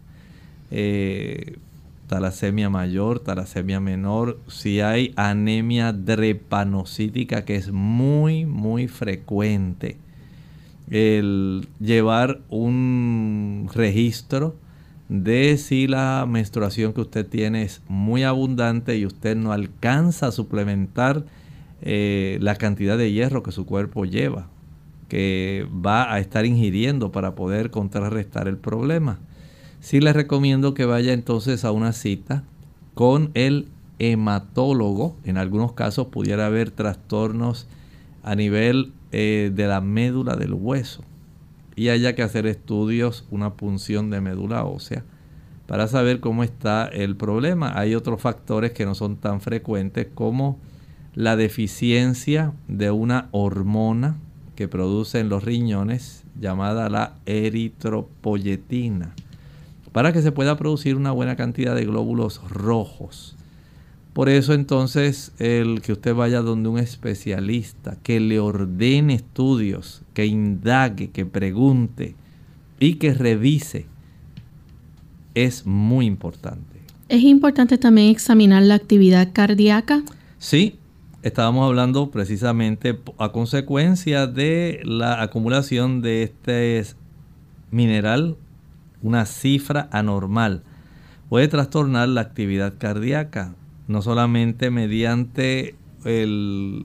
talasemia mayor, talasemia menor, si hay anemia drepanocítica, que es muy frecuente. El llevar un registro de si la menstruación que usted tiene es muy abundante y usted no alcanza a suplementar la cantidad de hierro que su cuerpo lleva, que va a estar ingiriendo para poder contrarrestar el problema. Sí les recomiendo que vaya entonces a una cita con el hematólogo. En algunos casos pudiera haber trastornos a nivel de la médula del hueso y haya que hacer estudios, una punción de médula ósea para saber cómo está el problema. Hay otros factores que no son tan frecuentes como la deficiencia de una hormona que producen los riñones llamada la eritropoyetina, para que se pueda producir una buena cantidad de glóbulos rojos. Por eso entonces el que usted vaya donde un especialista, que le ordene estudios, que indague, que pregunte y que revise, es muy importante. ¿Es importante también examinar la actividad cardíaca? Sí, estábamos hablando precisamente a consecuencia de la acumulación de este mineral, una cifra anormal. Puede trastornar la actividad cardíaca, no solamente mediante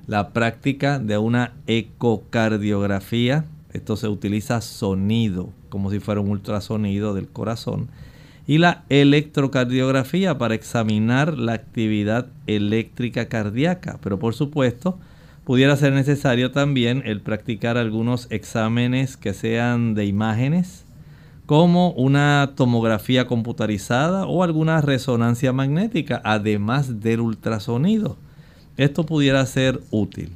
la práctica de una ecocardiografía. Esto se utiliza sonido, como si fuera un ultrasonido del corazón. Y la electrocardiografía para examinar la actividad eléctrica cardíaca. Pero por supuesto, pudiera ser necesario también el practicar algunos exámenes que sean de imágenes, como una tomografía computarizada o alguna resonancia magnética, además del ultrasonido. Esto pudiera ser útil.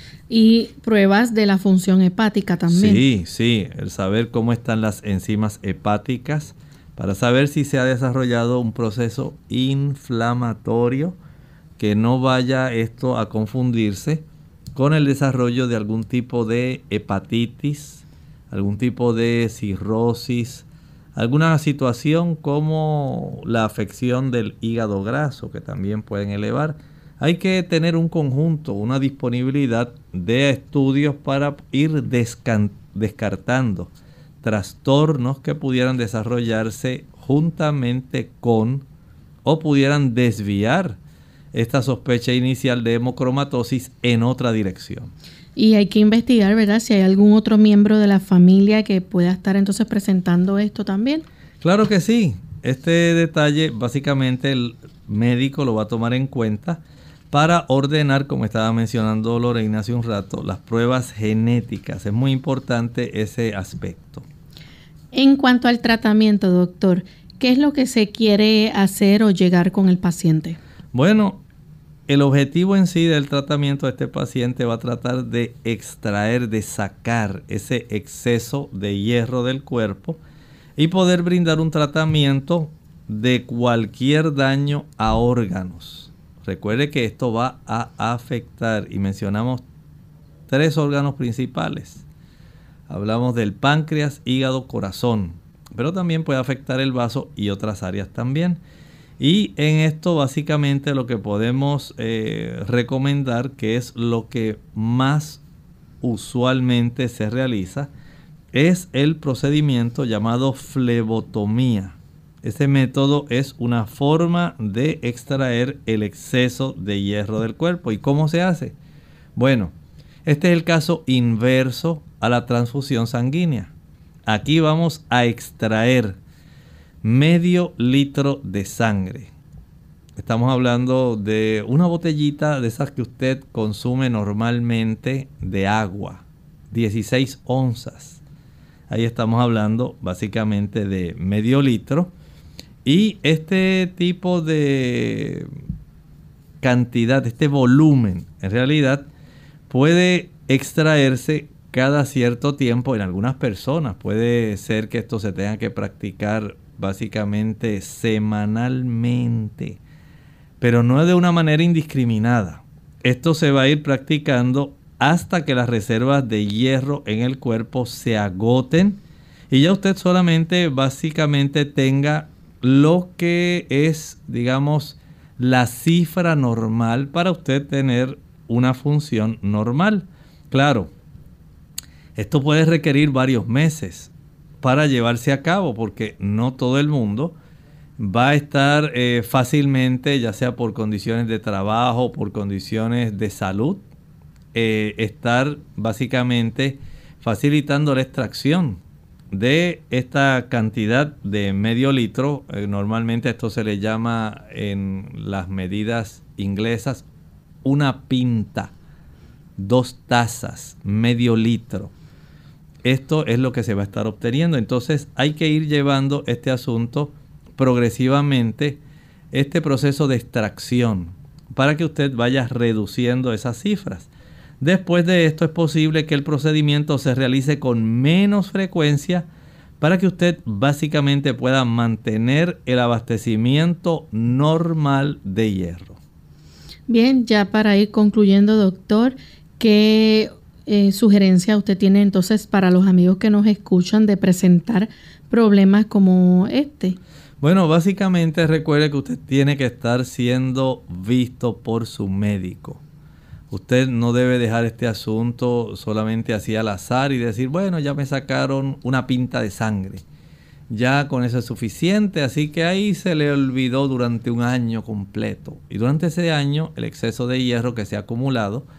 Y pruebas de la función hepática también. Sí, el saber cómo están las enzimas hepáticas, para saber si se ha desarrollado un proceso inflamatorio, que no vaya esto a confundirse con el desarrollo de algún tipo de hepatitis, algún tipo de cirrosis, alguna situación como la afección del hígado graso, que también pueden elevar. Hay que tener un conjunto, una disponibilidad de estudios para ir descartando trastornos que pudieran desarrollarse juntamente con o pudieran desviar esta sospecha inicial de hemocromatosis en otra dirección. Y hay que investigar, ¿verdad?, si hay algún otro miembro de la familia que pueda estar entonces presentando esto también. Claro que sí. Este detalle básicamente el médico lo va a tomar en cuenta para ordenar, como estaba mencionando Lorena hace un rato, las pruebas genéticas. Es muy importante ese aspecto. En cuanto al tratamiento, doctor, ¿qué es lo que se quiere hacer o llegar con el paciente? Bueno, el objetivo en sí del tratamiento de este paciente va a tratar de extraer, de sacar ese exceso de hierro del cuerpo y poder brindar un tratamiento de cualquier daño a órganos. Recuerde que esto va a afectar, y mencionamos 3 órganos principales. Hablamos del páncreas, hígado, corazón, pero también puede afectar el vaso y otras áreas también. Y en esto básicamente lo que podemos recomendar, que es lo que más usualmente se realiza, es el procedimiento llamado flebotomía. Este método es una forma de extraer el exceso de hierro del cuerpo. ¿Y cómo se hace? Bueno, este es el caso inverso a la transfusión sanguínea. Aquí vamos a extraer medio litro de sangre. Estamos hablando de una botellita de esas que usted consume normalmente de agua, 16 onzas. Ahí estamos hablando básicamente de medio litro. Y este tipo de cantidad, este volumen, en realidad puede extraerse cada cierto tiempo en algunas personas. Puede ser que esto se tenga que practicar básicamente semanalmente, pero no de una manera indiscriminada. Esto se va a ir practicando hasta que las reservas de hierro en el cuerpo se agoten y ya usted solamente básicamente tenga lo que es, digamos, la cifra normal para usted tener una función normal. Claro, esto puede requerir varios meses para llevarse a cabo, porque no todo el mundo va a estar fácilmente, ya sea por condiciones de trabajo, por condiciones de salud, estar básicamente facilitando la extracción de esta cantidad de medio litro. Normalmente esto se le llama en las medidas inglesas una pinta, 2 tazas, medio litro. Esto es lo que se va a estar obteniendo. Entonces hay que ir llevando este asunto progresivamente, este proceso de extracción, para que usted vaya reduciendo esas cifras. Después de esto es posible que el procedimiento se realice con menos frecuencia para que usted básicamente pueda mantener el abastecimiento normal de hierro. Bien, ya para ir concluyendo, doctor, ¿qué sugerencia usted tiene entonces para los amigos que nos escuchan de presentar problemas como este? Bueno, básicamente recuerde que usted tiene que estar siendo visto por su médico. Usted no debe dejar este asunto solamente así al azar y decir, bueno, ya me sacaron una pinta de sangre. Ya con eso es suficiente, así que ahí se le olvidó durante un año completo. Y durante ese año, el exceso de hierro que se ha acumulado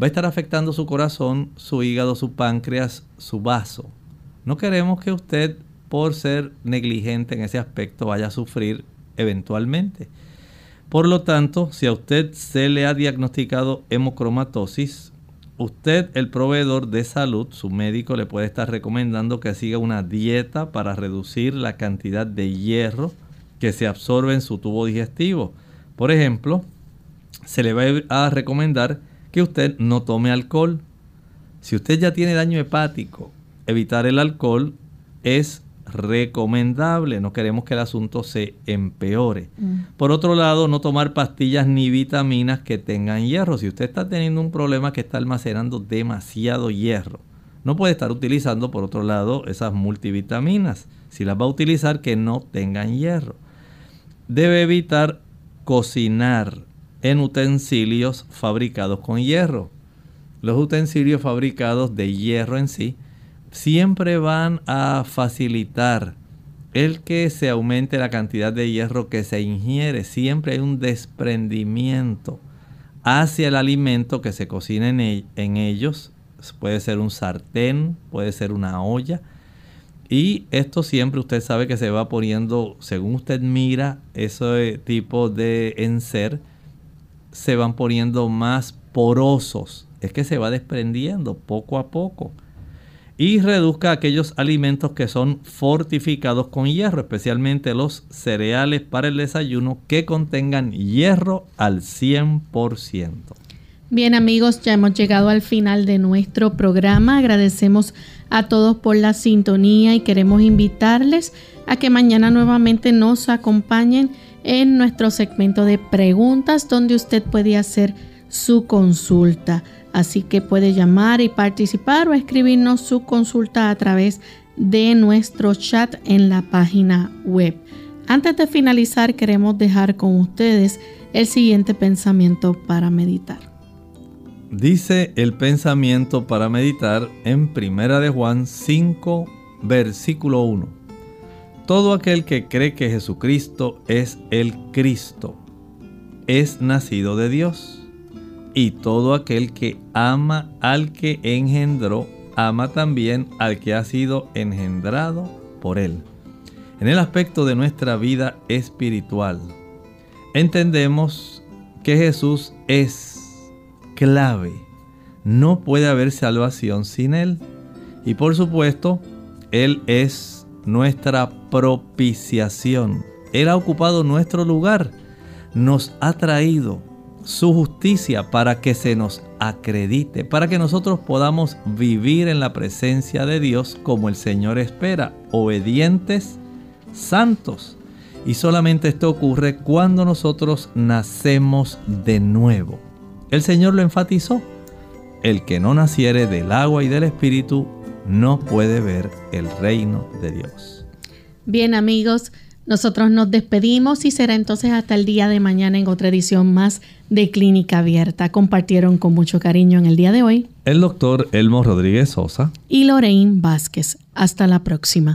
va a estar afectando su corazón, su hígado, su páncreas, su vaso. No queremos que usted, por ser negligente en ese aspecto, vaya a sufrir eventualmente. Por lo tanto, si a usted se le ha diagnosticado hemocromatosis, usted, el proveedor de salud, su médico, le puede estar recomendando que siga una dieta para reducir la cantidad de hierro que se absorbe en su tubo digestivo. Por ejemplo, se le va a recomendar que usted no tome alcohol. Si usted ya tiene daño hepático, evitar el alcohol es recomendable. No queremos que el asunto se empeore. Por otro lado, no tomar pastillas ni vitaminas que tengan hierro. Si usted está teniendo un problema que está almacenando demasiado hierro, no puede estar utilizando, por otro lado, esas multivitaminas. Si las va a utilizar, que no tengan hierro. Debe evitar cocinar en utensilios fabricados con hierro. Los utensilios fabricados de hierro en sí siempre van a facilitar el que se aumente la cantidad de hierro que se ingiere. Siempre hay un desprendimiento hacia el alimento que se cocina en ellos. Puede ser un sartén, puede ser una olla. Y esto siempre usted sabe que se va poniendo, según usted mira ese tipo de enser, se van poniendo más porosos. Es que se va desprendiendo poco a poco. Y reduzca aquellos alimentos que son fortificados con hierro, especialmente los cereales para el desayuno que contengan hierro al 100%. Bien amigos, ya hemos llegado al final de nuestro programa. Agradecemos a todos por la sintonía y queremos invitarles a que mañana nuevamente nos acompañen en nuestro segmento de preguntas donde usted puede hacer su consulta. Así que puede llamar y participar o escribirnos su consulta a través de nuestro chat en la página web. Antes de finalizar, queremos dejar con ustedes el siguiente pensamiento para meditar. Dice el pensamiento para meditar en 1 de Juan 5, versículo 1. Todo aquel que cree que Jesucristo es el Cristo es nacido de Dios. Y todo aquel que ama al que engendró, ama también al que ha sido engendrado por él. En el aspecto de nuestra vida espiritual, entendemos que Jesús es clave. No puede haber salvación sin Él. Y por supuesto, Él es nuestra propiciación. Él ha ocupado nuestro lugar. Nos ha traído su justicia para que se nos acredite, para que nosotros podamos vivir en la presencia de Dios como el Señor espera, obedientes, santos. Y solamente esto ocurre cuando nosotros nacemos de nuevo. El Señor lo enfatizó. El que no naciere del agua y del Espíritu no puede ver el reino de Dios. Bien amigos, nosotros nos despedimos y será entonces hasta el día de mañana en otra edición más de Clínica Abierta. Compartieron con mucho cariño en el día de hoy el doctor Elmo Rodríguez Sosa y Lorraine Vázquez. Hasta la próxima.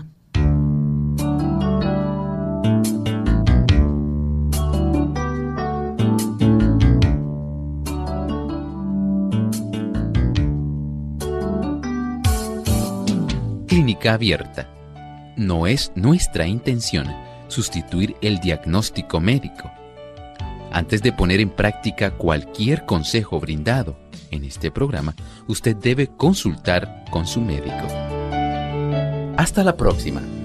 Clínica Abierta. No es nuestra intención sustituir el diagnóstico médico. Antes de poner en práctica cualquier consejo brindado en este programa, usted debe consultar con su médico. Hasta la próxima.